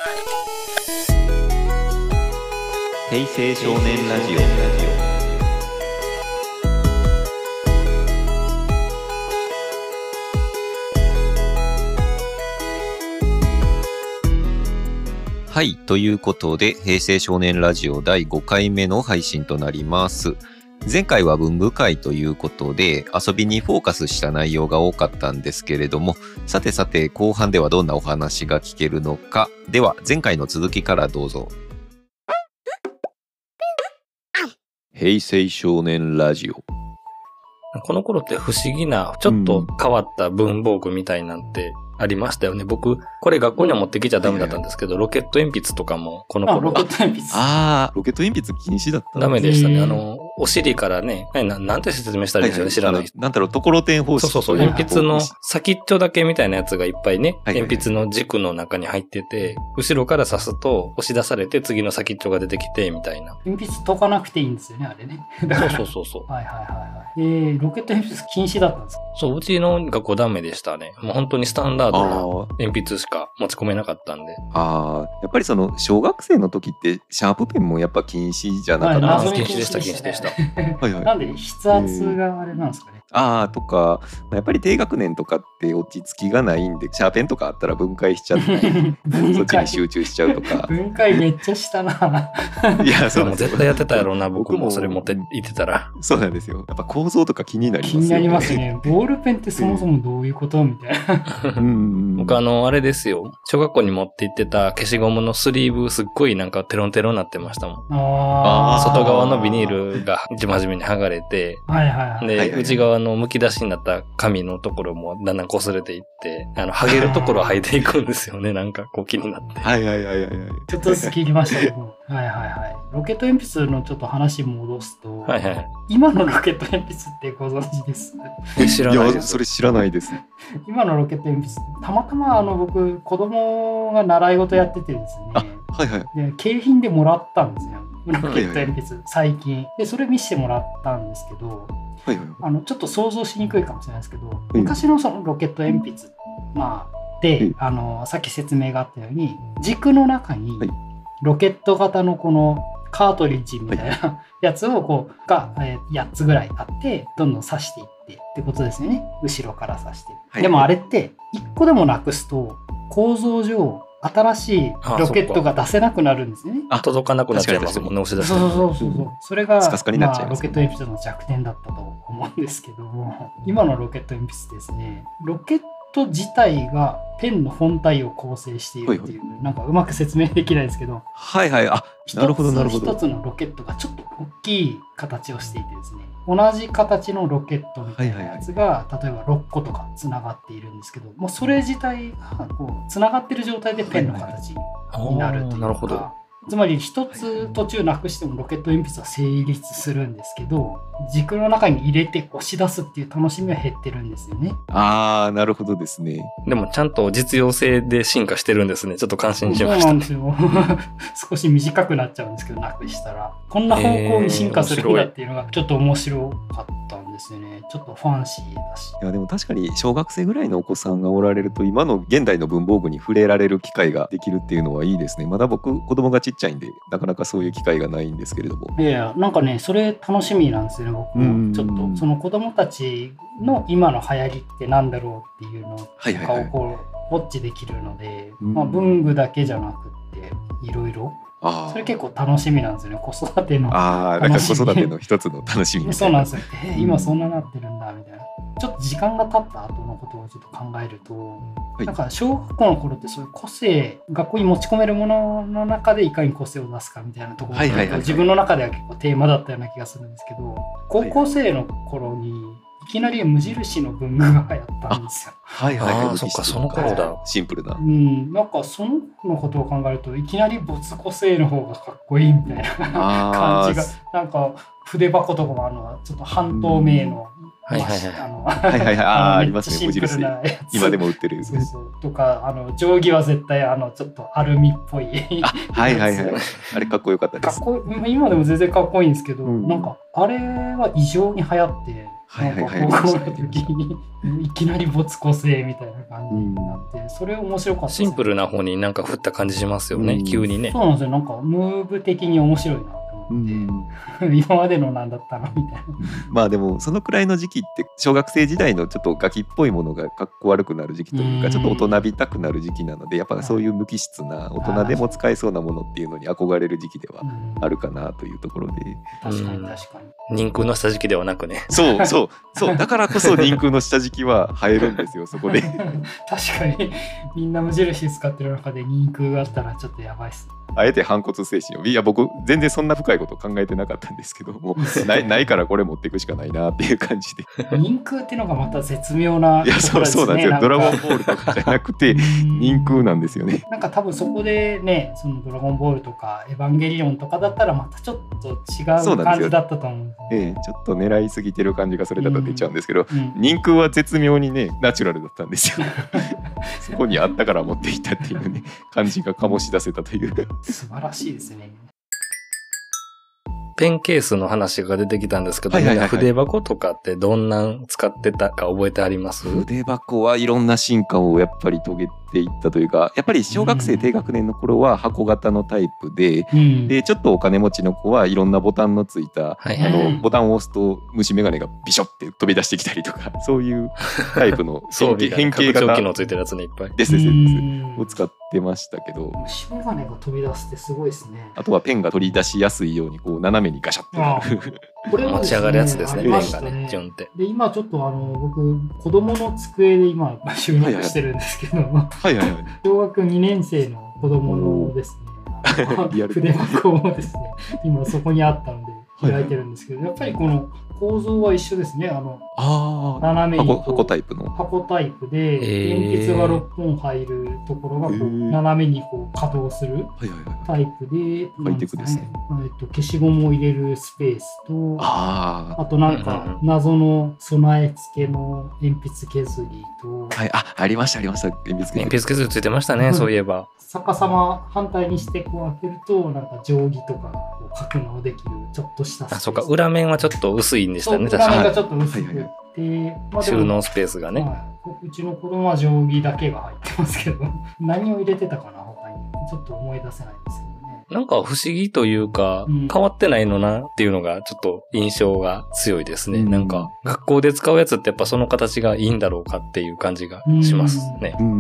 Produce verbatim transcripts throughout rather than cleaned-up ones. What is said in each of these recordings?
平成少年ラジオ。はい、ということで平成少年ラジオだいごかいめの配信となります。前回は文部会ということで遊びにフォーカスした内容が多かったんですけれども、さてさて後半ではどんなお話が聞けるのか。では前回の続きからどうぞ。平成少年ラジオ。 この頃って不思議なちょっと変わった文房具みたいなんてありましたよね。僕これ学校には持ってきちゃダメだったんですけど、ロケット鉛筆とかもこの頃。 あ、ロケット鉛筆。 ああ、ロケット鉛筆禁止だった。 ダメでしたね。あのお尻からね、な、なんて説明したらいいんですよね、はいはい、知らない人。 なんだろう、ところてん方式。 そうそうそう、鉛筆の先っちょだけみたいなやつがいっぱいね、 はいはいはい、 鉛筆の軸の中に入ってて、後ろから刺すと押し出されて次の先っちょが出てきてみたいな。 鉛筆解かなくていいんですよね、あれね。 そうそうそうそう。 はいはいはいはい。えー、ロケット鉛筆禁止だったんですか？ そう、うちの学校ダメでしたね。もう本当にスタンダードな鉛筆しか持ち込めなかったんで。 ああ、やっぱりその小学生の時ってシャープペンもやっぱ禁止じゃなかった、 はい、禁止でした禁止でした。 はいはい。なんで筆圧があれなんですかね。 えー、ああとかやっぱり低学年とかって落ち着きがないんで、シャーペンとかあったら分解しちゃってそっちに集中しちゃうとか。 分解めっちゃしたな。 いや、そうも絶対やってたやろうな。僕もそれ持って行ってたら。 そうなんですよ。やっぱ構造とか気になりますよね。 気になりますね。ボールペンってそもそもどういうことみたいな。 うん、僕あのあれですよ。小学校に持って行ってた消しゴムのスリーブすっごいなんかテロンテロンになってましたもん。ああ。外側のビニールが一番初めに剥がれて、 はいはいはい。 で、 はいはいはい、 内側の剥き出しになった紙のところもだんだん擦れていって、あの剥げるところを剥いていくんですよね。なんかこう気になって。 はいはいはいはい。 ちょっとずつ聞きましたけど。はいはいはい。ロケット鉛筆のちょっと話戻すと、 はいはい、 今のロケット鉛筆ってご存知です？ 知らないです。 いや、それ知らないです。 今のロケット鉛筆、たまたまあの僕子供が習い事やっててですね、 あ、はいはい、 で景品でもらったんですよ。ロケット鉛筆、はいはい、最近でそれ見せてもらったんですけど、はいはい、あのちょっと想像しにくいかもしれないですけど、はい、昔のそのロケット鉛筆、まあで、はい、あのさっき説明があったように軸の中に、はい、ロケット型のこのカートリッジみたいなやつをこうが、えー、やっつぐらいあってどんどん刺していってってことですよね。後ろから刺して、はい、でもあれっていっこでもなくすと構造上新しいロケットが出せなくなるんですよね。 あ、届かなくなっちゃいますもんね、押し出して。 そうそうそうそう。それがスカスカになっちゃいます、 まあ、ロケット鉛筆の弱点だったと思うんですけども、今のロケット鉛筆ですね、ロケット自体がペンの本体を構成しているっていう、はいはい、なんかうまく説明できないですけど、 はいはい、あ、なるほどなるほど。 一つのロケットがちょっと大きい形をしていてですね、同じ形のロケットみたいなやつが、はいはいはい、例えばろっことかつながっているんですけど、もうそれ自体がこうつながっている状態でペンの形になるというか、 なるほど。 つまり一つ途中なくしてもロケット鉛筆は成立するんですけど、軸の中に入れて押し出すっていう楽しみは減ってるんですよね。 ああ、なるほどですね。 でもちゃんと実用性で進化してるんですね。ちょっと感心しました。 そうなんですよ。少し短くなっちゃうんですけど、なくしたらこんな方向に進化するんだっていうのがちょっと面白かったんですよね。ちょっとファンシーだし。 いやでも確かに小学生ぐらいのお子さんがおられると今の現代の文房具に触れられる機会ができるっていうのはいいですね。まだ僕子供がちっちゃいんでなかなかそういう機会がないんですけれども。 いやなんかねそれ楽しみなんですよね。僕もちょっとその子供たちの今の流行りってなんだろうっていうのとかをこうウォッチできるので、まあ、文具だけじゃなくっていろいろそれ結構楽しみなんですよね。子育てのああ、なんか子育ての一つの楽しみみたいな。 そうなんですよ。えー、今そんななってるんだみたいな。ちょっと時間が経った後のことをちょっと考えると、はい、なんか小学校の頃ってそういう個性、学校に持ち込めるものの中でいかに個性を出すかみたいなところが、はいはいはいはい、自分の中では結構テーマだったような気がするんですけど、高校生の頃にいきなり無印の文具が流行ったんですよ。 はいはいはい。 あ、そっか、その頃だ。 シンプルな。 うん、なんかそののことを考えるといきなり没個性の方がかっこいいみたいな感じが、なんか筆箱とかもあるのはちょっと半透明の、 はいはいはい、 あのはいはいはい、あありますね、 シンプルなやつ今でも売ってるやつ、 そうそうとか、あの定規は絶対あのちょっとアルミっぽいはいはいはい、あれかっこよかったです。 かっこ今でも全然かっこいいんですけど、うん、なんかあれは異常に流行って、 なんか高校の時にいきなり没個性みたいな感じになって、うん、それ面白かったですね。 シンプルな方になんか振った感じしますよね、うん、急にね。 そうなんですよ。なんかムーブ的に面白いなと思って、うん、今までのなんだったのみたいな。 まあでもそのくらいの時期って小学生時代のちょっとガキっぽいものがかっこ悪くなる時期というか、ちょっと大人びたくなる時期なので、やっぱそういう無機質な大人でも使えそうなものっていうのに憧れる時期ではあるかなというところで。 確かに確かに。 人空の下敷きではなくね。 そうそうそう、だからこそ人空の下敷きは映えるんですよ、そこで。 確かにみんな無印使ってる中で人空があったらちょっとやばいっすね。 あえて反骨精神を、いや僕全然そんな深いこと考えてなかったんですけども、ないないからこれ持っていくしかないなっていう感じで。 人空っていうのがまた絶妙な、ね、 いやそうそうなんですよ。ドラゴンボールとかじゃなくて人空なんですよね。 なんか多分そこでね、そのドラゴンボールとかエヴァンゲリオンとかだったらまたちょっと違う感じだったと思うんです、ね、 ええ、ちょっと狙いすぎてる感じがそれだと出ちゃうんですけど、うん、人空は絶妙にねナチュラルだったんですよ。そこにあったから持っていったっていうね感じが醸し出せたという。 素晴らしいですね。 ペンケースの話が出てきたんですけど、はいはいはいはい、筆箱とかってどんなん使ってたか覚えてあります？ 筆箱はいろんな進化をやっぱり遂げていったというか、やっぱり小学生低学年の頃は箱型のタイプで、うん、でちょっとお金持ちの子はいろんなボタンのついた、はいはい、あのボタンを押すと虫眼鏡がビショって飛び出してきたりとか、そういうタイプの変形変形型拡張機能ついてるやつねいっぱいですですですを使ってましたけど、 虫眼鏡が飛び出すってすごいですね。 あとはペンが取り出しやすいようにこう斜めにガシャってなる。 これも持ち上がるやつですね、ペンがね、ジョンって。 で今ちょっとあの僕子供の机で今収録してるんですけど、はいはいはい、小学にねん生の子供のですね、筆箱もですね今そこにあったので開いてるんですけど、やっぱりこの構造は一緒ですね。あのあ斜めに箱、箱タイプの箱タイプで鉛筆がろっぽん入るところがこう斜めにこう可動するタイプで、 ハイテクですね。 えっと消しゴムを入れるスペースと、あ, あとなんか謎の備え付けの鉛筆削りと、 はい、あありましたありました鉛筆削り鉛筆削りついてましたね、うん、そういえば逆さま反対にしてこう開けるとなんか定規とかこう格納できるちょっとしたスペース。 あ、そうか、裏面はちょっと薄いんでしたね。 裏面がちょっと薄くて、はいはいはい、 まあ、収納スペースがね、 はい、うちの子供は定規だけが入ってますけど何を入れてたかな他にちょっと思い出せないんですけどね。 なんか不思議というか、うん、変わってないのなっていうのがちょっと印象が強いですね、うん、なんか学校で使うやつってやっぱその形がいいんだろうかっていう感じがしますね、うん、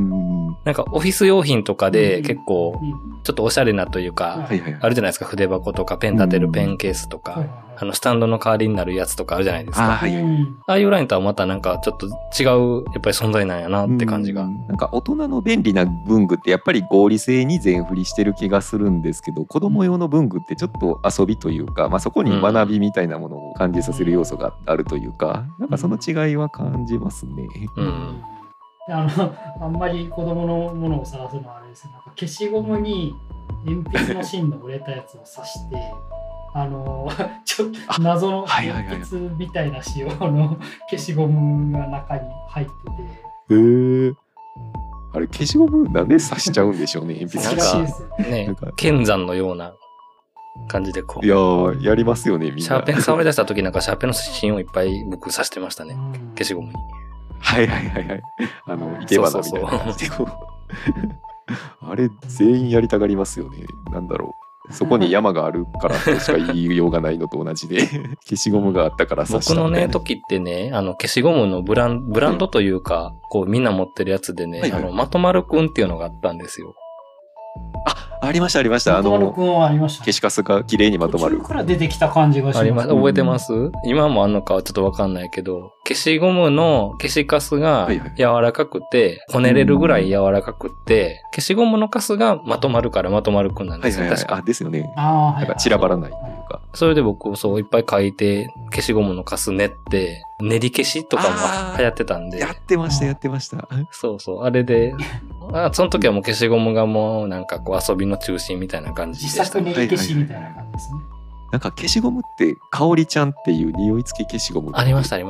なんかオフィス用品とかで結構ちょっとおしゃれなというか、うん、あるじゃないですか、筆箱とかペン立てるペンケースとか、うん、あのスタンドの代わりになるやつとかあるじゃないですか。あ、はいはい、ああいうラインとはまたなんかちょっと違うやっぱり存在なんやなって感じが、うん、 なんか大人の便利な文具ってやっぱり合理性に全振りしてる気がするんですけど、子供用の文具ってちょっと遊びというか、まあ、そこに学びみたいなものを感じさせる要素があるというか、なんかその違いは感じますね、 うん、あのあんまり子供のものを探すのはあれですね。なんか消しゴムに鉛筆の芯の折れたやつを刺してあのちょっと謎の鉛筆みたいな仕様の消しゴムが中に入ってて、 へー、あれ消しゴムなんで刺しちゃうんでしょうね、鉛筆。 なんかね、剣山のような感じでこう。 いやー、やりますよね、みんな。 シャーペン触り出した時なんかシャーペンの芯をいっぱい僕刺してましたね、消しゴムに。 はいはいはいはい。あの、生け花みたいな感じでこう。あれ、全員やりたがりますよね。なんだろう。そこに山があるからとしか言いようがないのと同じで消しゴムがあったから刺したみたいな。 僕のね時ってね、あの消しゴムのブランブランドというか、うん、こうみんな持ってるやつでね、はいはい、あのまとまるくんっていうのがあったんですよ。 あ、ありましたありました。あの消しカスが綺麗にまとまる。 途中から出てきた感じがします。 あります。覚えてます？うん、今もあんのかはちょっとわかんないけど、消しゴムの消しカスが柔らかくて、こねれるぐらい柔らかくて、消しゴムのカスがまとまるからまとまるくんなんですよ。 はいはいはい、 確か。 あ、ですよね。あ、なんか散らばらないというか。 それで僕そういっぱい書いて消しゴムのカス練って練り消しとかも流行ってたんで。 やってましたやってました。 そうそう、あれで。あ、その時はもう消しゴムがもうなんかこう遊びの中心みたいな感じでした。 自作練り消しみたいな感じですね。 なんか消しゴムって香りちゃんっていう匂い付き消しゴムありましたありました。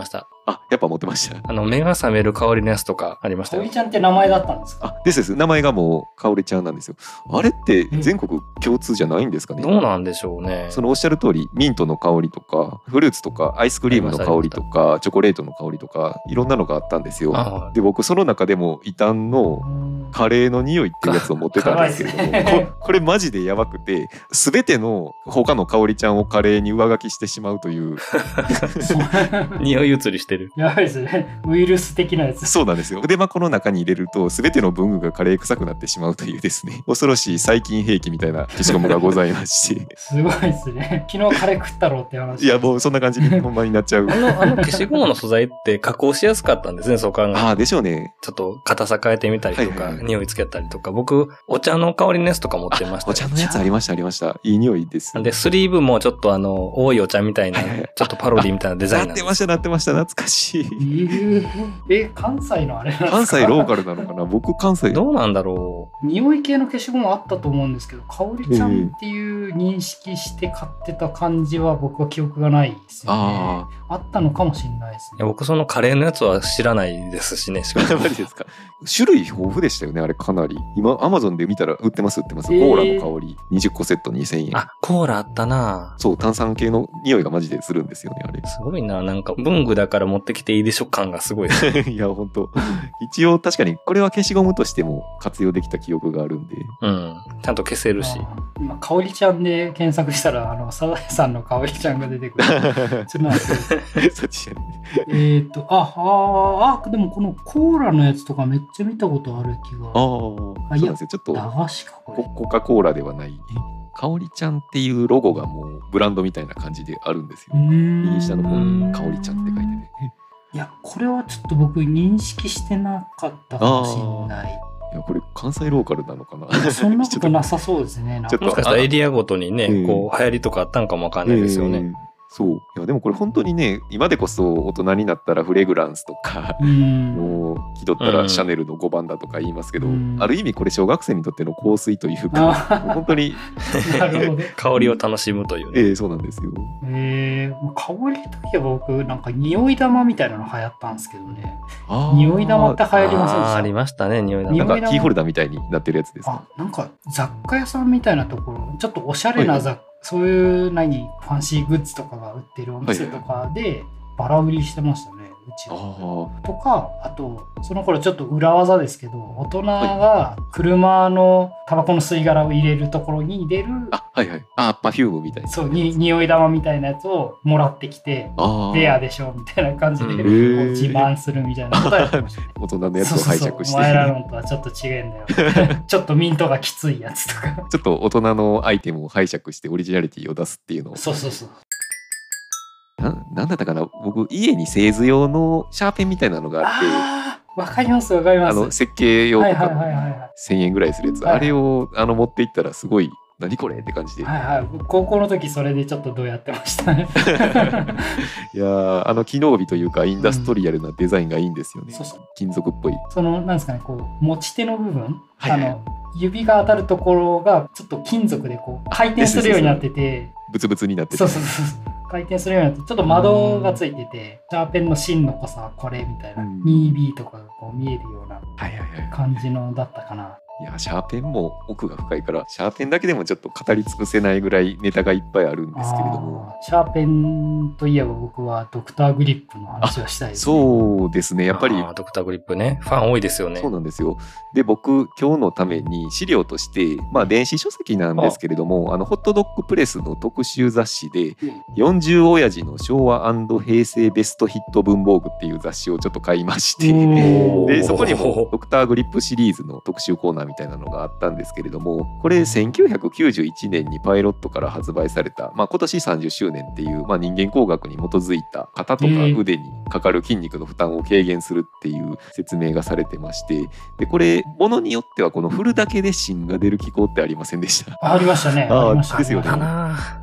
あ、やっぱ持ってました。 あの、目が覚める香りのやつとかありましたよ。 香りちゃんって名前だったんですか？ あ、ですです。名前がもう、香りちゃんなんですよ。あれって全国共通じゃないんですかね？ どうなんでしょうね。 そのおっしゃる通り、ミントの香りとか、フルーツとか、アイスクリームの香りとか、チョコレートの香りとか、いろんなのがあったんですよ。で、僕、その中でも異端のカレーの匂いっていうやつを持ってたんですけれども、こ, これマジでやばくて、すべての他の香りちゃんをカレーに上書きしてしまうという。 匂い移りしてる。 やばいですね。ウイルス的なやつ。 そうなんですよ。筆箱の中に入れると、すべての文具がカレー臭くなってしまうというですね、恐ろしい細菌兵器みたいな消しゴムがございまして。 すごいですね。昨日カレー食ったろうって話。 いや、もうそんな感じにほんまになっちゃう。 あの、あの消しゴムの素材って加工しやすかったんですね、そう考えると。 ああ、でしょうね。 ちょっと硬さ変えてみたりとか、はいはい、匂いつけたりとか、僕、お茶の香りのやつとか持ってました、ね。 お茶のやつありました、ありました。いい匂いです。 で、スリーブもちょっとあの、多いお茶みたいな、ちょっとパロディみたいなデザインなんです。 なってました、なってました、懐かしい。 えー、え、関西のあれなんですか？ 関西ローカルなのかな？僕、関西。 どうなんだろう。匂い系の消しゴムあったと思うんですけど、香りちゃんっていう認識して買ってた感じは僕は記憶がないですよね。あ, あったのかもしれないですね。 いや、僕そのカレーのやつは知らないですしね。しかもですか。種類豊富でしたよね、あれかなり。今、アマゾンで見たら売ってます、売ってます。コーラの香り、にじゅっこセットにせんえん。 あ、コーラあったな。 そう、炭酸系の匂いがマジでするんですよね、あれ。 すごいな、なんか文具だから持ってきていいでしょ感がすごい。 いや、ほんと。一応確かに、これは消しゴムとしても活用できた記憶があるんで。 うん。ちゃんと消せるし。 今、香りちゃんで検索したら、あの、サザエさんの香りちゃんが出てくる。ちょっとそっちやね。 えっと、あ、あ、あ、でもこのコーラのやつとかめっちゃ見たことある気が。 ああ、そうなんですよ。ちょっと、 駄菓子かこれ。 コカ・コーラではない。香りちゃんっていうロゴがもうブランドみたいな感じであるんですよ。右下の方に香りちゃんって書いてね。 いや、これはちょっと僕認識してなかったかもしれない。 いや、これ関西ローカルなのかな。 そんなことなさそうですね。 ちょっともしかしたらエリアごとにね、えー、こう流行りとかあったんかもわかんないですよね。えーそう。いや、でもこれ本当にね、今でこそ大人になったらフレグランスとか、もう気取ったらシャネルのごばんだとか言いますけど、ある意味これ小学生にとっての香水というか、本当になるほど香りを楽しむというね。 ええー、そうなんですよ。 えー、香りといえば僕、なんか匂い玉みたいなの流行ったんですけどね。匂い玉って流行りませんでした？ あ, ありましたね、匂い玉。 なんかキーホルダーみたいになってるやつですか？ あ、なんか雑貨屋さんみたいなところ、ちょっとおしゃれな雑貨、はい、そういう何ファンシーグッズとかが売ってるお店とかでバラ売りしてましたね、うちは。とか、あとその頃ちょっと裏技ですけど、大人が車のタバコの吸い殻を入れるところに入れる、 あ、はいはい、あ、パフュームみたいな、 そうに匂い玉みたいなやつをもらってきて、レアでしょみたいな感じで自慢するみたいなことやってましたね。 大人のやつを拝借して、そうそうそう、 お前らのとはちょっと違えんだよ。ちょっとミントがきついやつとか。 ちょっと大人のアイテムを拝借してオリジナリティを出すっていうのを。 そうそうそう。 な, なんだったかな、僕家に製図用のシャーペンみたいなのがあって、 あわかりますわかります。 あの設計用とかのせんえんぐらいするやつ、はいはい、あれをあの持っていったらすごい何これって感じで、 はいはい、高校の時それでちょっとどうやってましたね。 いや、あの機能美というかインダストリアルなデザインがいいんですよね、うん、そうそう、金属っぽい、 そのなんですかね、こう持ち手の部分、はいはい、あの指が当たるところがちょっと金属でこう回転するようになってて、 ブツブツになってて、 そうそうそう、回転するようになって、ちょっと窓がついてて、シャーペンの芯の濃さはこれみたいな、うん、ツービー とかがこう見えるような感じのだったかな。 いや、シャーペンも奥が深いから、シャーペンだけでもちょっと語り尽くせないぐらいネタがいっぱいあるんですけれども、 シャーペンといえば僕はドクターグリップの話をしたいですね。 そうですね、やっぱりドクターグリップね、ファン多いですよね。 そうなんですよ。で、僕今日のために資料として、まあ電子書籍なんですけれども、あのホットドッグプレスの特集雑誌で、よんじゅう親父の昭和&平成ベストヒット文房具っていう雑誌をちょっと買いまして、でそこにもドクターグリップシリーズの特集コーナーみたいなのがあったんですけれども、これせんきゅうひゃくきゅうじゅういちねんにパイロットから発売された、まあ、今年さんじゅっしゅうねんっていう、まあ、人間工学に基づいた肩とか腕にかかる筋肉の負担を軽減するっていう説明がされてまして、でこれものによってはこの振るだけで芯が出る機構ってありませんでした？ ありましたね。あありましたね。ですよね。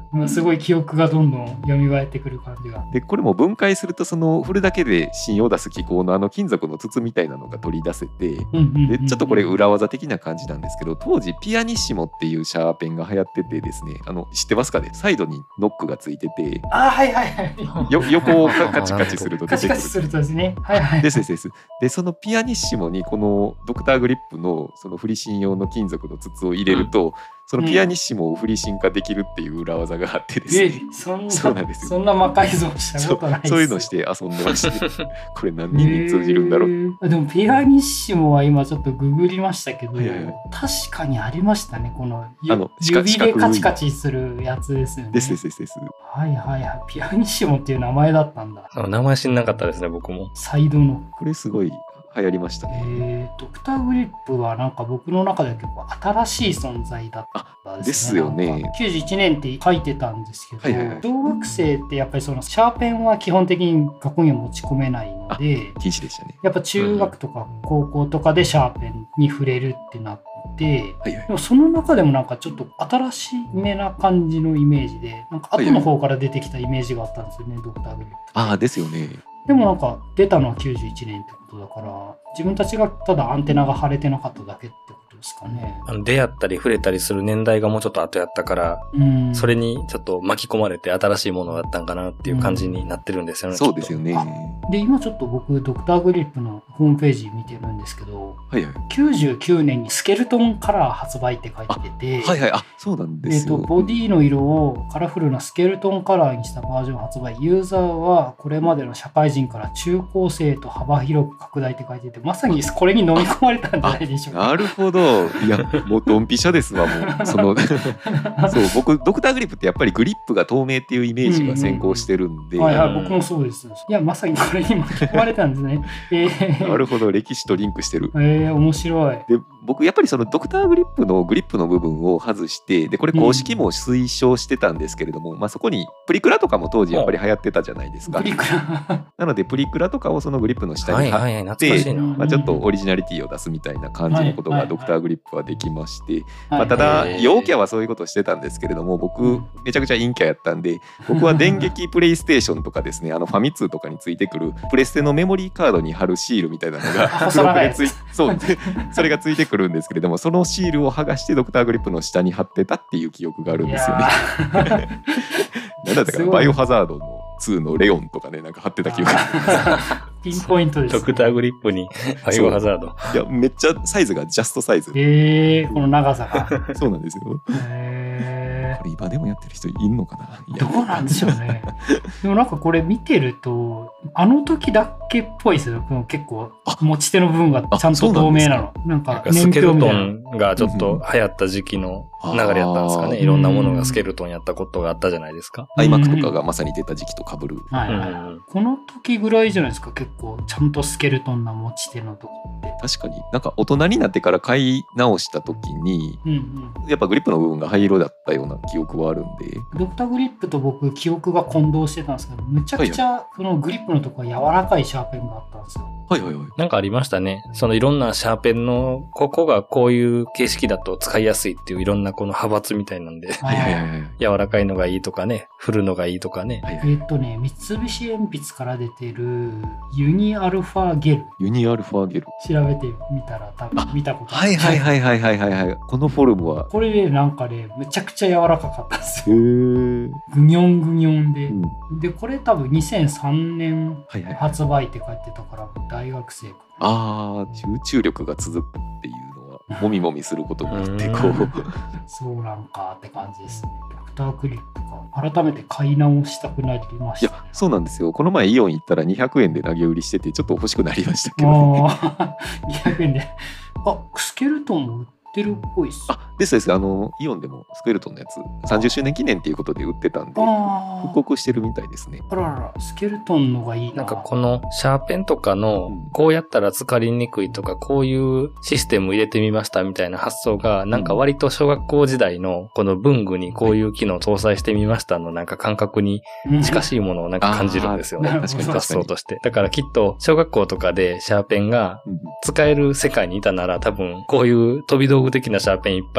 すごい記憶がどんどん蘇ってくる感じが。 でこれも分解するとその振るだけで芯を出す機構のあの金属の筒みたいなのが取り出せて、でちょっとこれ裏技的な感じなんですけど、当時ピアニッシモっていうシャーペンが流行っててですね、あの知ってますかね、サイドにノックがついてて、 あはいはいはいよ横をカチカチすると出てくる。 カチカチするとですね。はいはい。 ですですです。でそのピアニッシモにこのドクターグリップのその振り芯用の金属の筒を入れると、うん、そのピアニッシモを振り芯化できるっていう裏技があってですね、うん、 えそんなそうなんですよ。 そんな魔改造したことないです。 そう、そういうのして遊んでましてこれ何人に通じるんだろう、えー、でもピアニッシモは今ちょっとググりましたけど、いやいや確かにありましたね、このあの指でカチカチするやつですよね。 ですですですです。 はいはいはい、ピアニッシモっていう名前だったんだ。 名前知んなかったですね、僕も。 サイドのこれすごい流行りましたね。 えー、ドクターグリップはなんか僕の中では結構新しい存在だったですね。 ですよね。 きゅうじゅういちねんって書いてたんですけど、 はいはいはい、 小学生ってやっぱりそのシャーペンは基本的に学校には持ち込めないので、 禁止でしたね。 やっぱ中学とか高校とかでシャーペンに触れるってなって、はいはい、でもその中でもなんかちょっと新しめな感じのイメージで、なんか後の方から出てきたイメージがあったんですよね、はいはい、ドクターグリップ。 ああですよね。 でもなんか出たのはきゅうじゅういちねんってことだから、自分たちがただアンテナが張れてなかっただけってことですかね。 あの出会ったり触れたりする年代がもうちょっと後やったから、うん、それにちょっと巻き込まれて新しいものだったんかなっていう感じになってるんですよね。 うん、そうですよね。 で今ちょっと僕ドクターグリップのホームページ見てるんですけど、 はいはい、 きゅうじゅうきゅうねんにスケルトンカラー発売って書いてて、 はいはい、あそうなんですよ。 えーと、ボディの色をカラフルなスケルトンカラーにしたバージョン発売。ユーザーはこれまでの社会人から中高生と幅広く拡大って書いてて、まさにこれに飲み込まれたんじゃないでしょうか。 なるほど。いやもうドンピシャですわ。もうそのそう僕ドクターグリップってやっぱりグリップが透明っていうイメージが先行してるんで、 うんうんうん、はいはい、僕もそうです。いやまさにこれに巻き込まれたんですね。えー、 なるほど、歴史とリンクしてる。 えー、面白い。 で僕やっぱりそのドクターグリップのグリップの部分を外して、でこれ公式も推奨してたんですけれども、うん、まあ、そこにプリクラとかも当時やっぱり流行ってたじゃないですか。 プリクラなのでプリクラとかをそのグリップの下に貼って、はいはいはい、まあ、ちょっとオリジナリティを出すみたいな感じのことがドクターグリップはできまして、はいはいはい、まあ、ただ陽キャはそういうことをしてたんですけれども、僕めちゃくちゃ陰キャやったんで、僕は電撃プレイステーションとかですね、あのファミ通とかについてくるプレステのメモリーカードに貼るシールみたいなのが付録でついそうそれがついてくるんですけれども、そのシールを剥がしてドクターグリップの下に貼ってたっていう記憶があるんですよね。なんだったかな、バイオハザードのツーのレオンとかね、なんか貼ってた記憶がある。 ピンポイントです、ね、 ドクターグリップにバイオハザード。 いやめっちゃサイズがジャストサイズ。 えー、この長さが。 そうなんですよ。 へー、 これ今でもやってる人いるのかな。いやどうなんでしょうね。でもなんかこれ見てるとあの時だけっぽいですよ。結構持ち手の部分がちゃんと透明なの。なんかスケルトンがちょっと流行った時期の流れやったんですかね。いろんなものがスケルトンやったことがあったじゃないですか。 iMac とかがまさに出た時期と被る。 はいはい、うん、この時ぐらいじゃないですか。結構ちゃんとスケルトンな持ち手のとこって。 確かになんか大人になってから買い直した時に、うんうん、やっぱグリップの部分が灰色だったような記憶はあるんで。 ドクターグリップと僕記憶が混同してたんですけど、むちゃくちゃそのグリップのところが柔らかいシャーペンがあったんですよ。 はいはいはい。 なんかありましたね。そのいろんなシャーペンのここがこういう形式だと使いやすいっていういろんなこの派閥みたいなんで、はいはいはい、柔らかいのがいいとかね、振るのがいいとかね。 はいはい、えーっとね、三菱鉛筆から出てるユニアルファゲル。 ユニアルファゲル。 調べてみたら多分見たことある。 はいはいはいはいはいはいはい。このフォルムは。 これね、なんかね、めちゃくちゃ柔らかかったんですよ。へー。ぐにょんぐにょんで、うん。で、これ多分にせんさんねん発売って書いてたから、大学生か。 ああ、集中力が続くっていうのは、もみもみすることによってこう。 そうなんかって感じですね。ドクターグリップか。改めて買い直したくなりました、ね。いや、 そうなんですよ。この前イオン行ったらにひゃくえんで投げ売りしてて、ちょっと欲しくなりましたけど、ね。 にひゃくえんで。あ、スケルトンも売ってるっぽいっす。 あ、ですです。あのイオンでもスケルトンのやつさんじゅっしゅうねん記念っていうことで売ってたんで、復刻してるみたいですね。 あらら、スケルトンのがいいな。 なんかこのシャーペンとかのこうやったら浸かりにくいとか、こういうシステム入れてみましたみたいな発想が、なんか割と小学校時代のこの文具にこういう機能を搭載してみましたのなんか感覚に近しいものをなんか感じるんですよね。確かに発想として。だからきっと小学校とかでシャーペンが使える世界にいたなら、多分こういう飛び道具的なシャーペンいっぱい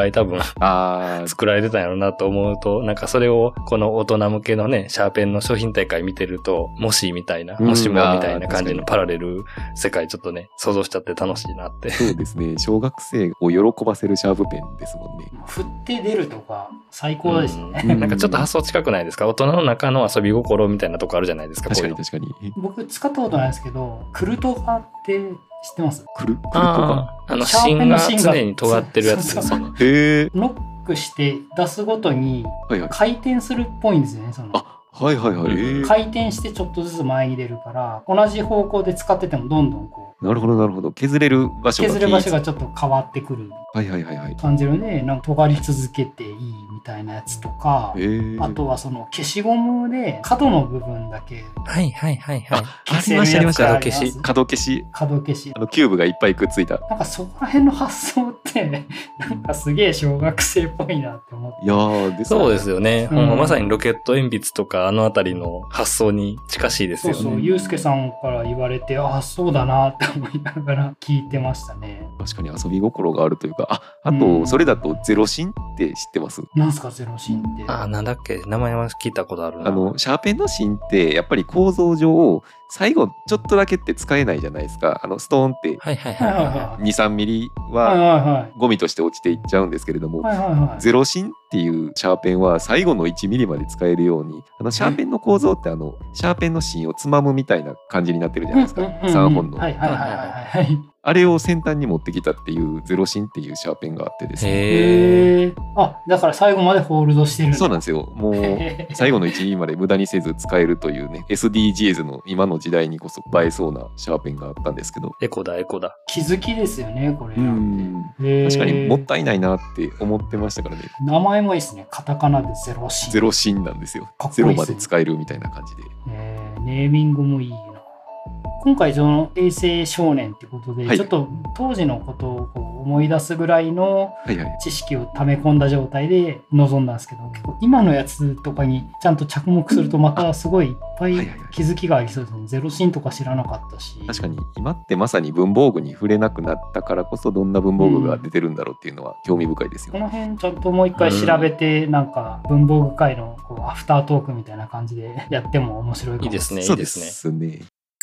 い多分作られてたんやろうなと思うと、なんかそれをこの大人向けのね、シャーペンの商品大会見てると、もしみたいな、もしもみたいな感じのパラレル世界ちょっとね、想像しちゃって楽しいなって。 そうですね。小学生を喜ばせるシャープペンですもんね。 振って出るとか最高ですね。 なんかちょっと発想近くないですか？大人の中の遊び心みたいなとこあるじゃないですか。 確かに確かに。 僕使ったことないですけど、クルトガって知ってます？ クル、クルトガ。 あの、芯が常に尖ってるやつですよね。 へー。 ノックして出すごとに回転するっぽいんですよね。そのあ、はいはいはい。 回転してちょっとずつ前に出るから、同じ方向で使っててもどんどんこう。 なるほどなるほど。削れる場所が削れる場所がちょっと変わってくる。 はいはいはいはい。 感じるね。なんか尖り続けていいみたいなやつとか、あとはその消しゴムで角の部分だけ。 はいはいはいはい。 消せるやつがあります。 角消し。角消し。 角消し。 あのキューブがいっぱいくっついた。 なんかそこら辺の発想って、なんかすげえ小学生っぽいなって思って。 いやー、 ですね。そうですよね。うん、まさにロケット鉛筆とかあのあたりの発想に近しいですよね。 そうそう、ゆうすけさんから言われて、ああ、そうだなって思いながら聞いてましたね。 確かに遊び心があるというか、あ、あと、うん、それだとゼロ芯って知ってます？ なんすかゼロ芯って。 あ、なんだっけ、名前は聞いたことあるな。 あの、シャーペンの芯ってやっぱり構造上、最後ちょっとだけって使えないじゃないですか。あのストーンってに、さんミリはゴミとして落ちていっちゃうんですけれども、ゼロ芯っていうシャーペンは最後のいちミリまで使えるように、あのシャーペンの構造ってあのシャーペンの芯をつまむみたいな感じになってるじゃないですか。さんほんの。あれを先端に持ってきたっていうゼロ芯っていうシャーペンがあってですね。 へー。あ、だから最後までホールドしてるんだ。 そうなんですよ。もう最後のいちミリまで無駄にせず使えるというね、エスディージーズ の今の時代にこそ映えそうなシャーペンがあったんですけど。 エコだエコだ。 気づきですよね、これ。うん。確かにもったいないなって思ってましたからね。 名前もいいですね。カタカナでゼロ芯。 ゼロ芯なんですよ。ゼロまで使えるみたいな感じで。 えー、ネーミングもいいな。今回その平成少年ってことで、はい、ちょっと当時のことをこう思い出すぐらいの知識を溜め込んだ状態で臨んだんですけど、結構今のやつとかにちゃんと着目するとまたすごいいっぱい気づきがありそうですね。ゼロ芯とか知らなかったし。 確かに今ってまさに文房具に触れなくなったからこそどんな文房具が出てるんだろうっていうのは興味深いですよ、 うん、この辺ちゃんともう一回調べて、うん、なんか文房具界のこうアフタートークみたいな感じでやっても面白いかも。 いいですね、いいですね。 そうですね。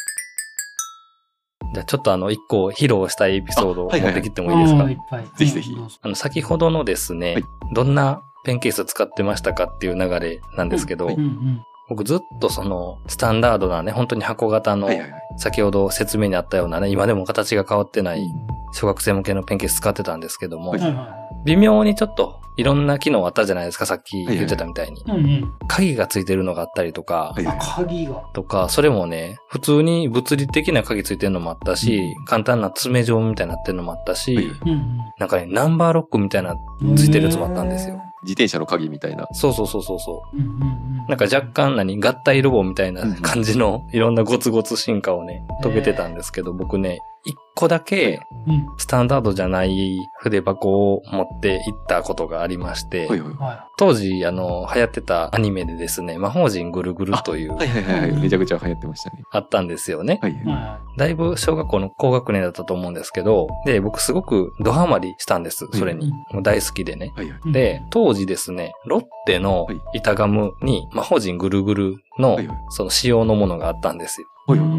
じゃあちょっとあの一個披露したいエピソードを持ってきてもいいですか？ はいはいはい、 ぜひぜひ。 あの先ほどのですね、はい、どんなペンケース使ってましたかっていう流れなんですけど、はいはい、僕ずっとそのスタンダードなね、本当に箱型の先ほど説明にあったようなね、今でも形が変わってない小学生向けのペンケース使ってたんですけども、はいはいはい、微妙にちょっといろんな機能あったじゃないですか、さっき言ってたみたいに。はいはいはい、鍵がついてるのがあったりとか、 はいはい、鍵がとか、それもね、普通に物理的な鍵ついてるのもあったし、うん、簡単な爪状みたいになってるのもあったし、はいはい、なんかね、ナンバーロックみたいなついてるやつもあったんですよ。 自転車の鍵みたいな。 そうそうそうそうそう、うんうんうん。なんか若干何合体ロボみたいな感じのいろんなゴツゴツ進化をね、遂げてたんですけど、僕ね、一個だけスタンダードじゃない筆箱を持って行ったことがありまして、はいはい、当時あの流行ってたアニメでですね、魔法陣ぐるぐるという、 はいはいはい、めちゃくちゃ流行ってましたね。 あったんですよね。 はいはい、だいぶ小学校の高学年だったと思うんですけど、で僕すごくドハマりしたんです。それに、もう大好きでね。はいはい、で当時ですね、ロッテの板ガムに魔法陣ぐるぐるのその仕様のものがあったんですよ。はいはいはい、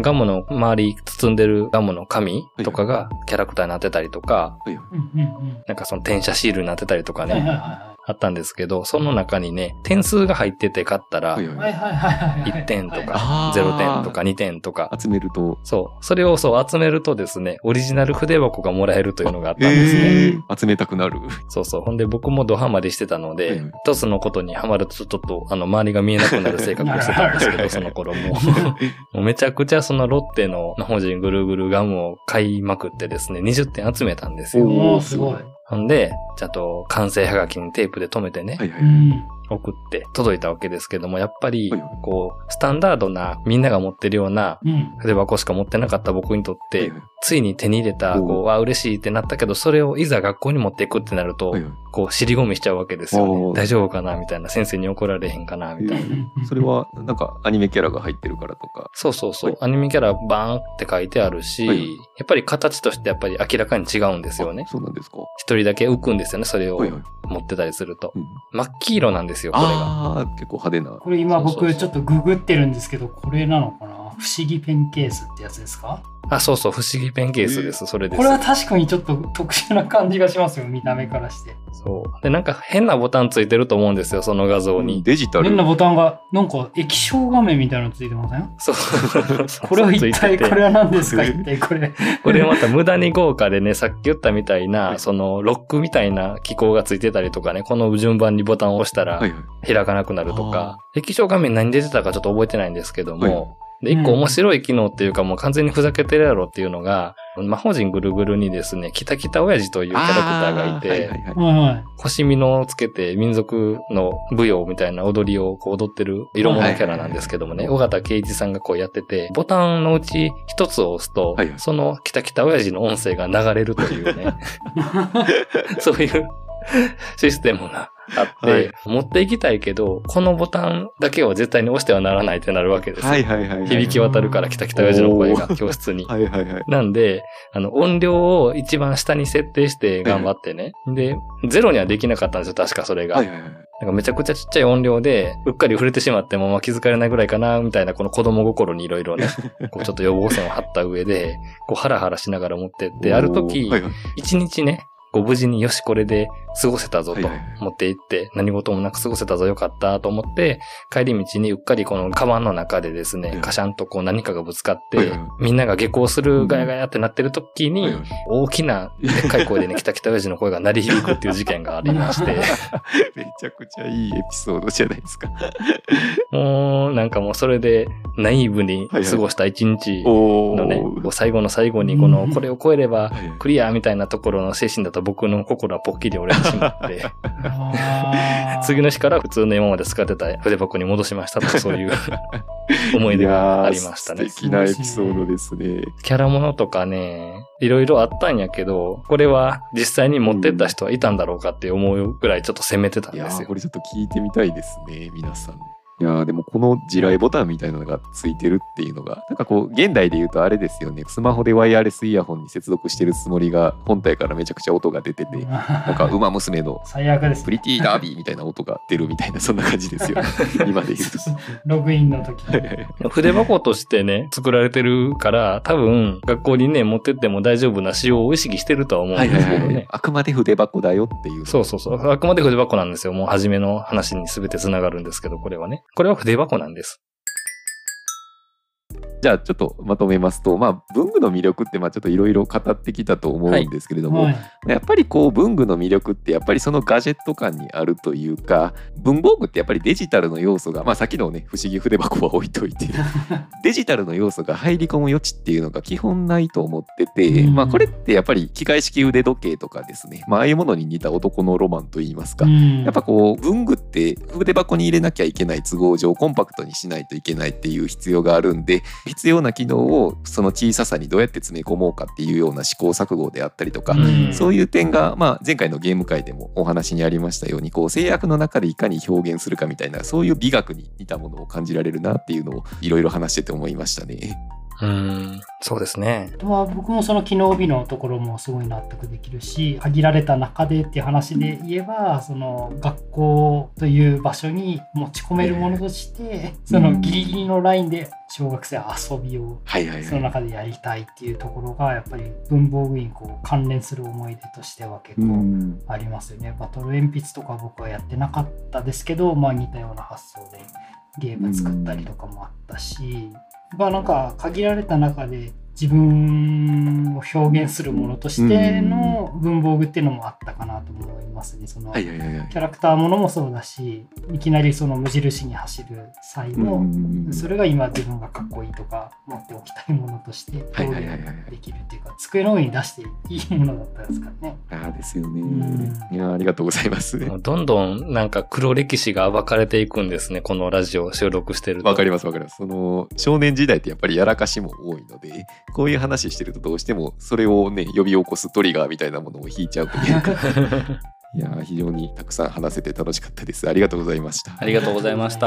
ガムの周り包んでるガムの紙とかがキャラクターになってたりとか、はいはい、なんかその転写シールになってたりとかね、はいはいはい、あったんですけど、その中にね、点数が入ってて買ったら、いってんとかゼロてんとかにてんとか。 集めると。 そう。それをそう集めるとですね、オリジナル筆箱がもらえるというのがあったんですね。 えー、集めたくなる。 そうそう。ほんで僕もドハマりしてたので、はい、一つのことにハマるとちょっとあの周りが見えなくなる性格をしてたんですけど、その頃も。もうめちゃくちゃそのロッテの魔法陣ぐるぐるガムを買いまくってですね、にじゅってん集めたんですよ。 おー、すごい。 ほんで、ちゃんと完成はがきにテープで留めてね、はいはい、送って届いたわけですけども、やっぱり、こう、スタンダードなみんなが持ってるような筆箱しか持ってなかった僕にとって、 ついに手に入れた、こう、わ、嬉しいってなったけど、それをいざ学校に持っていくってなると、はいはい、こう、尻込みしちゃうわけですよね。大丈夫かなみたいな。先生に怒られへんかなみたいな。 それは、なんか、アニメキャラが入ってるからとか。 そうそうそう。はい、アニメキャラバーンって書いてあるし、はいはい、やっぱり形としてやっぱり明らかに違うんですよね。 そうなんですか。 一人だけ浮くんですよね、それを持ってたりすると。はいはいうん、真っ黄色なんですよ、これが。 ああ、結構派手な。 これ今僕ちょっとググってるんですけど、これなのかな？不思議ペンケースってやつですか？ あ、そうそう、不思議ペンケースです。それです。 これは確かにちょっと特殊な感じがしますよ、見た目からして。 そう。で、なんか変なボタンついてると思うんですよ、その画像に。 デジタル。 変なボタンが、なんか液晶画面みたいなのついてません？ そう。 これは一体、これは何ですか一体これ。 これまた無駄に豪華でね、さっき言ったみたいな、そのロックみたいな機構がついてたりとかね、この順番にボタンを押したら開かなくなるとか、液晶画面何出てたかちょっと覚えてないんですけども、はいで、一個面白い機能っていうかもう完全にふざけてるやろっていうのが、魔法陣ぐるぐるにですね、キタキタ親父というキャラクターがいて、はいはいはい、腰みのをつけて民族の舞踊みたいな踊りをこう踊ってる色物キャラなんですけどもね、尾形圭一さんがこうやってて、ボタンのうち一つを押すと、はいはい、そのキタキタ親父の音声が流れるというね、そういうシステムがあって、はい、持っていきたいけど、このボタンだけは絶対に押してはならないってなるわけですよ。はいはいはいはい、響き渡るから、キタキタ親父の声が教室に。はいはいはい、なんで、あの、音量を一番下に設定して頑張ってね。はいはい、で、ゼロにはできなかったんですよ、確かそれが。はいはいはい、なんかめちゃくちゃちっちゃい音量で、うっかり触れてしまっても、まあ気づかれないぐらいかな、みたいな、この子供心にいろいろね、こうちょっと予防線を張った上で、こうハラハラしながら持ってって、ある時、一日ね、こう無事によしこれで過ごせたぞと思っていって、はいはいはい、何事もなく過ごせたぞよかったと思って、帰り道にうっかりこのカバンの中でですね、カシャンとこう何かがぶつかって、はいはい、みんなが下校するガヤガヤってなってる時に、はいはい、大きなでっかい声でね、キタキタ親父の声が鳴り響くっていう事件がありまして。 めちゃくちゃいいエピソードじゃないですか。 もうなんかもうそれでナイーブに過ごした一日のね、はいはい、最後の最後にこの、これを超えればクリアみたいなところの精神だと僕の心はポッキリ折れてしまって、次の日から普通の今まで使ってた筆箱に戻しましたと、そういう思い出がありましたね。 素敵なエピソードですね。 キャラものとかね、いろいろあったんやけど、これは実際に持ってった人はいたんだろうかって思うぐらいちょっと攻めてたんですよ。 いやー、これちょっと聞いてみたいですね、皆さん。いやーでもこの地雷ボタンみたいなのがついてるっていうのがなんかこう現代で言うとあれですよね、スマホでワイヤレスイヤホンに接続してるつもりが本体からめちゃくちゃ音が出ててなんかウマ娘のプリティダービーみたいな音が出るみたいなそんな感じですよね今で言うとログインの時筆箱としてね作られてるから多分学校にね持ってっても大丈夫な仕様を意識してるとは思うんですけどね、はいはいはい、 あくまで筆箱だよっていうそうそうそうあくまで筆箱なんですよ。もう初めの話に全てつながるんですけどこれはねこれは筆箱なんです。 じゃあちょっとまとめますと、まあ、文具の魅力ってまあちょっといろいろ語ってきたと思うんですけれども、はいはい、やっぱりこう文具の魅力ってやっぱりそのガジェット感にあるというか、文房具ってやっぱりデジタルの要素が、まあ、さっきのね不思議筆箱は置いといてデジタルの要素が入り込む余地っていうのが基本ないと思ってて、うん、まあこれってやっぱり機械式腕時計とかですね、まあああいうものに似た男のロマンといいますか、うん、やっぱこう文具って筆箱に入れなきゃいけない都合上コンパクトにしないといけないっていう必要があるんで、必要な機能をその小ささにどうやって詰め込もうかっていうような試行錯誤であったりとか、うん、そういう点が、まあ、前回のゲーム会でもお話にありましたようにこう制約の中でいかに表現するかみたいなそういう美学に似たものを感じられるなっていうのをいろいろ話してて思いましたね。 うーんそうですね。 あとは僕もその機能美のところもすごい納得できるし、限られた中でっていう話で言えばその学校という場所に持ち込めるものとしてそのギリギリのラインで小学生は遊びをその中でやりたいっていうところがやっぱり文房具にこう関連する思い出としては結構ありますよね。バトル鉛筆とか僕はやってなかったですけど、まあ、似たような発想でゲーム作ったりとかもあったし、まあなんか限られた中で自分を表現するものとしての文房具っていうのもあったかなと思いますね。そのキャラクターものもそうだし、いきなりその無印に走る際も、それが今自分がかっこいいとか持っておきたいものとして表現できるっていうか、机の上に出していいものだったですからね。 ああですよね。いや、ありがとうございます。 どんどんなんか黒歴史が暴かれていくんですね、このラジオを収録してると。 わかりますわかります。その少年時代ってやっぱりやらかしも多いので、こういう話してるとどうしてもそれをね呼び起こすトリガーみたいなものを引いちゃうというかいや非常にたくさん話せて楽しかったです。ありがとうございました。 ありがとうございました。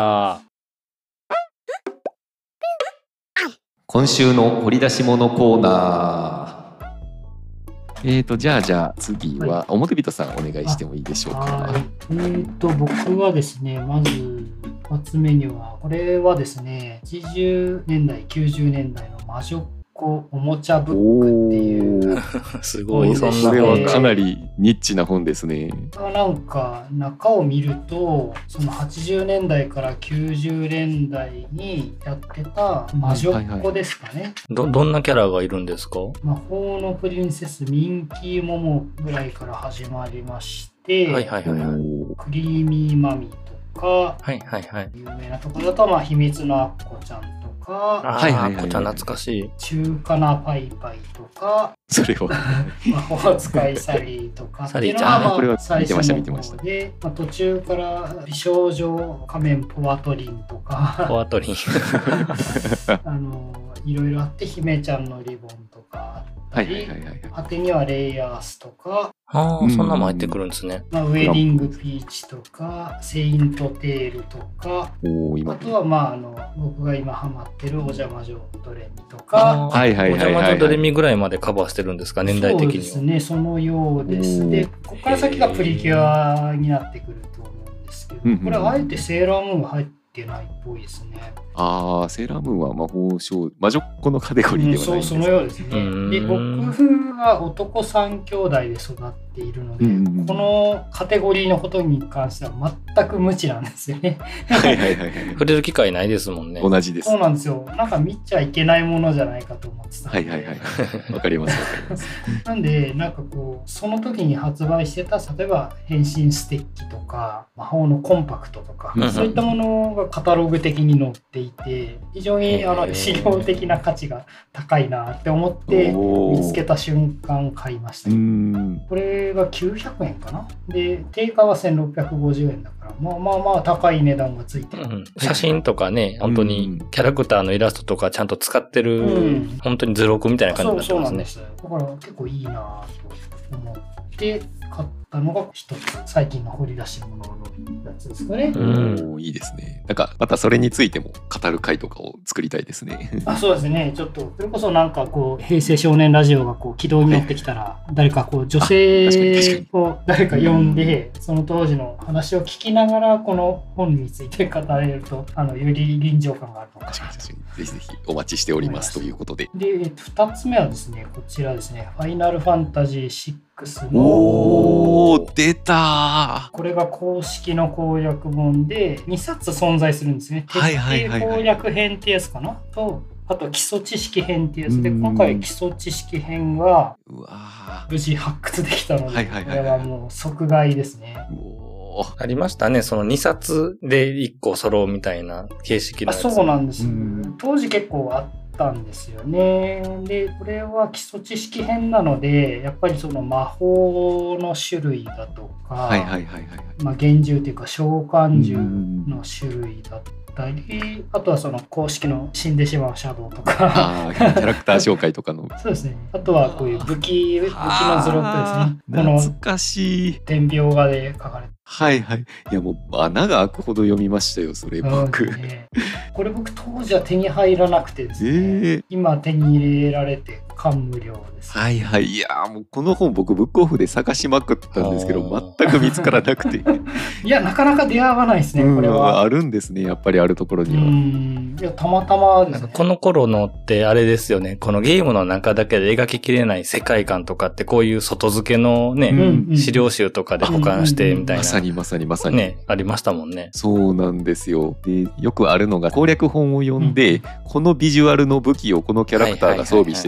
今週の掘り出し物コーナー。えーとじゃあじゃあ次は表人さんお願いしてもいいでしょうか。 はい、えーと僕はですね、まずふたつめにはこれはですね、はちじゅうねんだいきゅうじゅうねんだいの魔女おもちゃブックっていうすごい、 そんなこれはかなりニッチな本ですね。 なんか中を見るとそのはちじゅうねんだいからきゅうじゅうねんだいにやってた魔女っ子ですかね、はいはい、 ど, どんなキャラがいるんですか？ 魔法のプリンセスミンキーモモぐらいから始まりまして、 はいはいはいはい、 クリーミーマミとか、 はいはいはい、 有名なところだとまあ秘密のアッコちゃんとか、 あ、はいはいはい、懐かしい。 中華なパイパイとか、 それを魔法使いサリーとかっていうのがまあこれは最初の方で、まあ、途中から美少女仮面ポワトリンとかポワトリンあのいろいろあって、姫ちゃんのリボンとかあったり、果てにはレイヤースとか、 ああ、そんなも入ってくるんですね。 まあ、ウェディングピーチとかセイントテールとか、あとはまああの僕が今ハマってるお邪魔女ドレミとか、 はいはいはいはい、お邪魔女ドレミぐらいまでカバーしてるんですか、年代的には。 そうですね、そのようです。で、ここから先がプリキュアになってくると思うんですけど、これあえてセーラームーンが入ってないっぽいですね。 ああ、セーラームーンは魔法少魔女っ子のカテゴリーではないんですか、 うん、そう、そのようですね。で、僕は男さん兄弟で育っているので、このカテゴリーのことに関しては全く無知なんですよね。 はいはいはい、はい、 触れる機会ないですもんね。 同じです。 そうなんですよ。なんか見ちゃいけないものじゃないかと思ってたんで。 はいはいはい。わかりますわかります。 なんで、なんかこう、その時に発売してた、例えば変身ステッキとか、魔法のコンパクトとか、そういったものがカタログ的に載っていて、非常にあの資料的な価値が高いなって思って見つけた瞬間買いました。これがきゅうひゃくえんかな。で、定価はせんろっぴゃくごじゅうえんだから、まあまあまあ高い値段がついてる、うん、 写真とかね、本当にキャラクターのイラストとかちゃんと使ってる、うん、本当に図録みたいな感じになってますね。 そうそうなんです。だから結構いいなと思って買ったのが一つ、最近の掘り出し物のやつですかね。 おー、いいですね。なんかまたそれについても語る回とかを作りたいですね。 あ、そうですね。ちょっとそれこそなんかこう平成少年ラジオがこう軌道に乗ってきたら、はい、誰かこう女性を誰か呼んで、その当時の話を聞きながらこの本について語れると、あのより臨場感があるのかな。 確かに確かに。ぜひぜひお待ちしておりますということで。 で、えっと、ふたつめはですね、こちらですね、ファイナルファンタジーシックスの、 おー、出たー。 これが公式の攻略本でにさつ存在するんですね。 はいはいはいはい、 攻略編ってやつかなと、あと基礎知識編ってやつで、今回基礎知識編が無事発掘できたので、これはもう即買いですね。 ありましたね。そのにさつでいっこ揃うみたいな形式のやつ。 あ、そうなんです。当時結構あったんですよね。で、これは基礎知識編なので、やっぱりその魔法の種類だとか、 はいはいはいはい、 まあ幻獣というか召喚獣の種類だとか、あとはその公式の死んでしまうシャドウとかあキャラクター紹介とかのそうですね。あとはこういう武器武器の図録ですね。 懐かしい。 点描画で書かれて、 はいはい。いやもう穴が開くほど読みましたよ、それ僕。 ね、これ僕当時は手に入らなくてですね、えー、今手に入れられて感無量です、ね。 はいはい。いやもうこの本僕ブックオフで探しまくったんですけど全く見つからなくていやなかなか出会わないですね、これは。 あるんですね、やっぱりあるところには。 うんいやたまたまですね。 この頃のってあれですよね、このゲームの中だけで描ききれない世界観とかってこういう外付けのね、うんうん、資料集とかで保管してみたいな、 まさにまさにまさにねありましたもんね。 そうなんですよ。でよくあるのが攻略本を読んで、うん、このビジュアルの武器をこのキャラクターが装備してたのかみ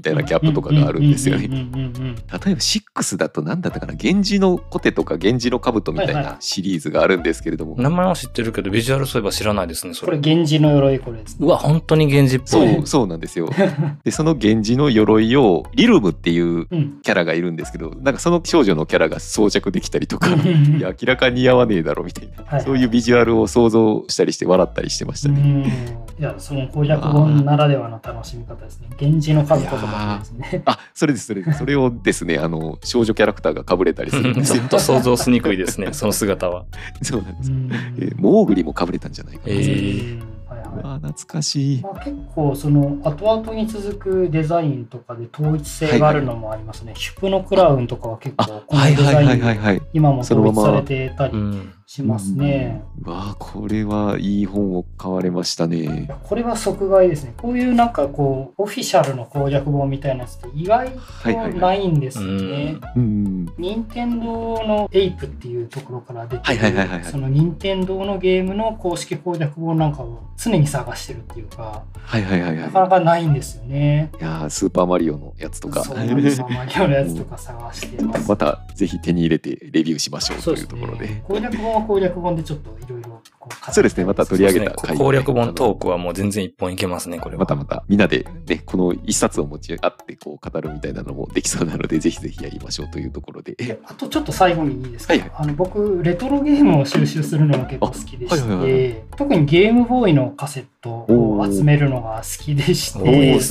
みたいなキャップとかがあるんですよね。例えばろくだと何だったかな、源氏のコテとか源氏の兜みたいなシリーズがあるんですけれども、 名前は知ってるけどビジュアルそういえば知らないですね。それこれ源氏の鎧、これです、 ね、うわ本当に源氏っぽい。 そうそうなんですよ。でその源氏の鎧をリルムっていうキャラがいるんですけど、うん、なんかその少女のキャラが装着できたりとかいや明らかに似合わねえだろみたいな、はいはい、そういうビジュアルを想像したりして笑ったりしてましたね。 いやその攻略本ならではの楽しみ方ですね。源氏の兜とかですね。 あ、それですそれです。それをですね、あの少女キャラクターが被れたりするんですよ。 ちょっと想像しにくいですね、その姿は。 そうなんです。えー、モーグリも被れたんじゃないかな。えーあ懐かしい、 まあ、結構その後々に続くデザインとかで統一性があるのもありますね。はいはい、ヒュプノクラウンとかは結構このデザインで今も統一されてたりしますね。 わあこれはいい本を買われましたね。 これは即買いですね。こういうなんかこうオフィシャルの攻略本みたいなやつって意外とないんですよね。任天堂のエイプっていうところから出てるその任天堂のゲームの公式攻略本なんかを常に探してるっていうか、 はいはいはいはい、 なかなかないんですよね。 いやスーパーマリオのやつとか、 そうスーパーマリオのやつとか探してます。 またぜひ手に入れてレビューしましょうというところで、 ね、攻略本は攻略本でちょっといろいろそうですね、また取り上げた回、 ね、攻略本トークはもう全然一本いけますね。これはまたまたみんなでねこの一冊を持ち合ってこう語るみたいなのもできそうなので、ぜひぜひやりましょうというところで。 あとちょっと最後にいいですか、はいはい、あの僕レトロゲームを収集するのも結構好きでして、はいはいはい、特にゲームボーイのカセットを集めるのが好きでして、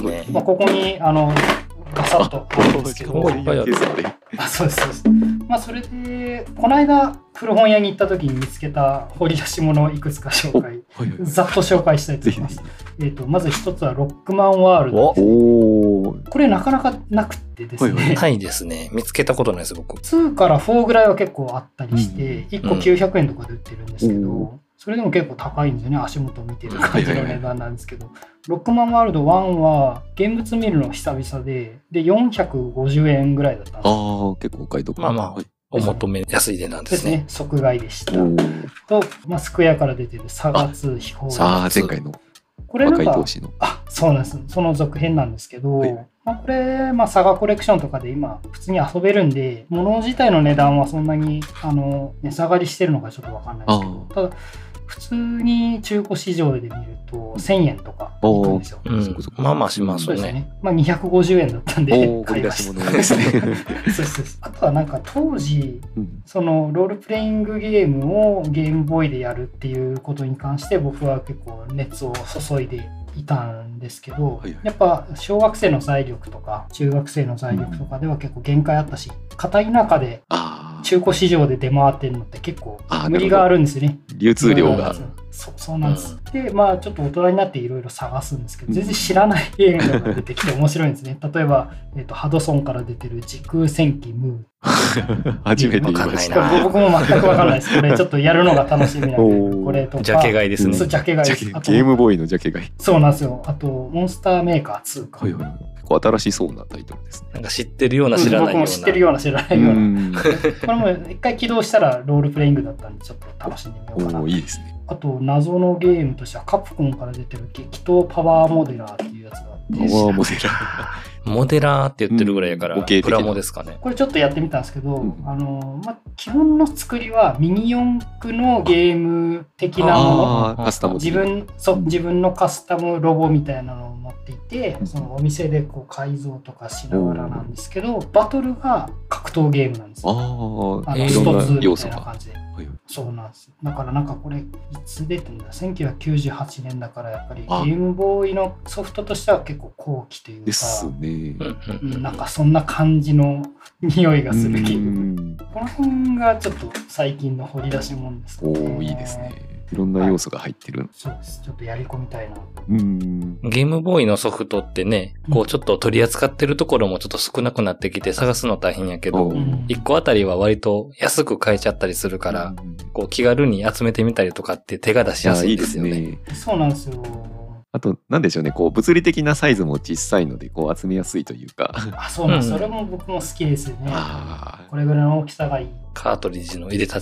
ね、まあ、ここにあのガサッとあるんですけど、あ、そうですそうです。まあそれでこの間古本屋に行った時に見つけた掘り出し物をいくつか紹介、はいはい、ざっと紹介したいと思います。えーとまず一つはロックマンワールドです、ね、これなかなかなくてですね、はいはい、 ないですね。見つけたことないです僕。 にからよんぐらいは結構あったりして、うん、いっこきゅうひゃくえんとかで売ってるんですけど、うん、それでも結構高いんですよね。足元見てる感じの値段なんですけど、はいはいはい、ロックマンワールドワンは現物見るの久々ででよんひゃくごじゅうえんぐらいだったんですよ。 ああ結構お買い得。 まあまあ、はい、お求めやすい値段ですね。 ですね、即買いでした。と、まあ、スクエアから出てるサガツー秘宝。 さあ前回のこれなんかのあそうなんです。その続編なんですけど、はい、まあ、これ、まあ、サガコレクションとかで今普通に遊べるんで、物自体の値段はそんなにあの値下がりしてるのかちょっと分かんないですけど、ただ普通に中古市場で見るとせんえんとかいくんですよ。 うん、まあまあしますね。 そうですね。まあにひゃくごじゅうえんだったんで買いました。そうですそうです。あとはなんか当時、うん、そのロールプレイングゲームをゲームボーイでやるっていうことに関して僕は結構熱を注いでいたんですけど、はいはい、やっぱ小学生の財力とか中学生の財力とかでは結構限界あったし、片田舎で中古市場で出回ってるのって結構無理があるんですよね。 流通量が。 そう、そうなんです。うん、で、まあちょっと大人になっていろいろ探すんですけど、全然知らないゲームが出てきて面白いんですね。例えば、えーと、ハドソンから出てる時空戦記ムー。 初めて見ました。 僕も全く分かんないです。これちょっとやるのが楽しみなんで、これとか。 ジャケ買いですね。 そう、ジャケ買いです。 ゲームボーイのジャケ買い。 そうなんですよ。あと、モンスターメーカーツーか。 はいはい。結構新しそうなタイトルですね。 なんか知ってるような知らないような。 僕も知ってるような知らないような。これも一回起動したらロールプレイングだったんで、ちょっと楽しんでみようかな。 おー、いいですね。 あと謎のゲームとしてはカプコンから出てる激闘パワーモデラーっていうやつがあって、 パワーモデラーモデラーって言ってるぐらいやから、うん、プラモですかね。 これちょっとやってみたんですけど、うん、あのまあ、基本の作りはミニ四駆のゲーム的なもの、 カスタム自分そう自分のカスタムロボみたいなのを持っていて、そのお店でこう改造とかしながらなんですけど、バトルが格闘ゲームなんですよ。ああの一つみたいな感じで。そうなんです。だからなんかこれいつ出てんだせんきゅうひゃくきゅうじゅうはちねんだからやっぱりゲームボーイのソフトとしては結構後期というかですね、 うん、なんかそんな感じの匂いがするゲーム。この辺がちょっと最近の掘り出し物ですね。 おお、いいですね。いろんな要素が入ってる、はい、 そうです。ちょっとやり込みたいな。 うんゲームボーイのソフトってね、こうちょっと取り扱ってるところもちょっと少なくなってきて探すの大変やけど、うん、いっこあたりは割と安く買えちゃったりするから、うん、こう気軽に集めてみたりとかって手が出しやすいですよね。いいですね。 そうなんですよ。 あと、なんでしょうね、こう、物理的なサイズも小さいので、こう、集めやすいというか。 あ、そうなんです、うん。それも僕も好きですよね。これぐらいの大きさがいい。 カートリッジの入れたちがね、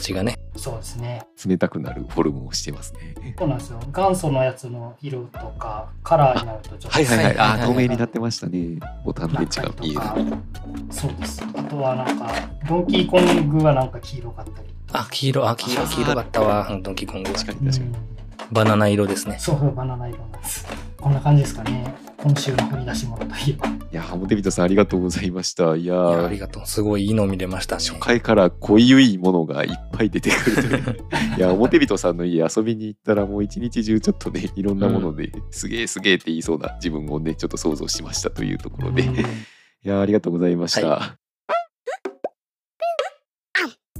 そうですね。 冷たくなるフォルムをしてますね。 そうなんですよ。元祖のやつの色とかカラーになるとちょっとはいはいはい、あ透明になってましたね。ボタンで違う見える。 そうです。あとはなんかドンキーコングはなんか黄色かったり。 あ黄色あ黄色黄色かったわ。ドンキーコング。 確かに確かに。うん、 バナナ色ですね。 そうバナナ色なんです。こんな感じですかね。今週の掘り出し物といえば。いやモテビトさんありがとうございました。いや, いやありがとう。すごいいいの見れましたね。 初回から濃ゆいものがいっぱい出てくるといういやモテビトさんの家遊びに行ったらもう一日中ちょっとねいろんなもので、うん、すげえすげえって言いそうな自分をねちょっと想像しましたというところで、うん、いやありがとうございました、はい、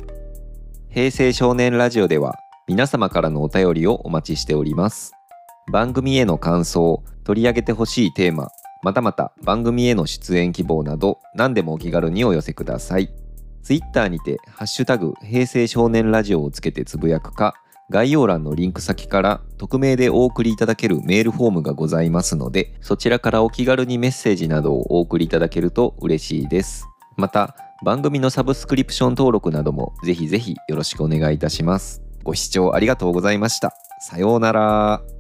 平成少年ラジオでは皆様からのお便りをお待ちしております。番組への感想、取り上げてほしいテーマ、またまた番組への出演希望など何でもお気軽にお寄せください。ツイッターにてハッシュタグ平成少年ラジオをつけてつぶやくか、概要欄のリンク先から匿名でお送りいただけるメールフォームがございますので、そちらからお気軽にメッセージなどをお送りいただけると嬉しいです。また番組のサブスクリプション登録などもぜひぜひよろしくお願いいたします。ご視聴ありがとうございました。さようなら。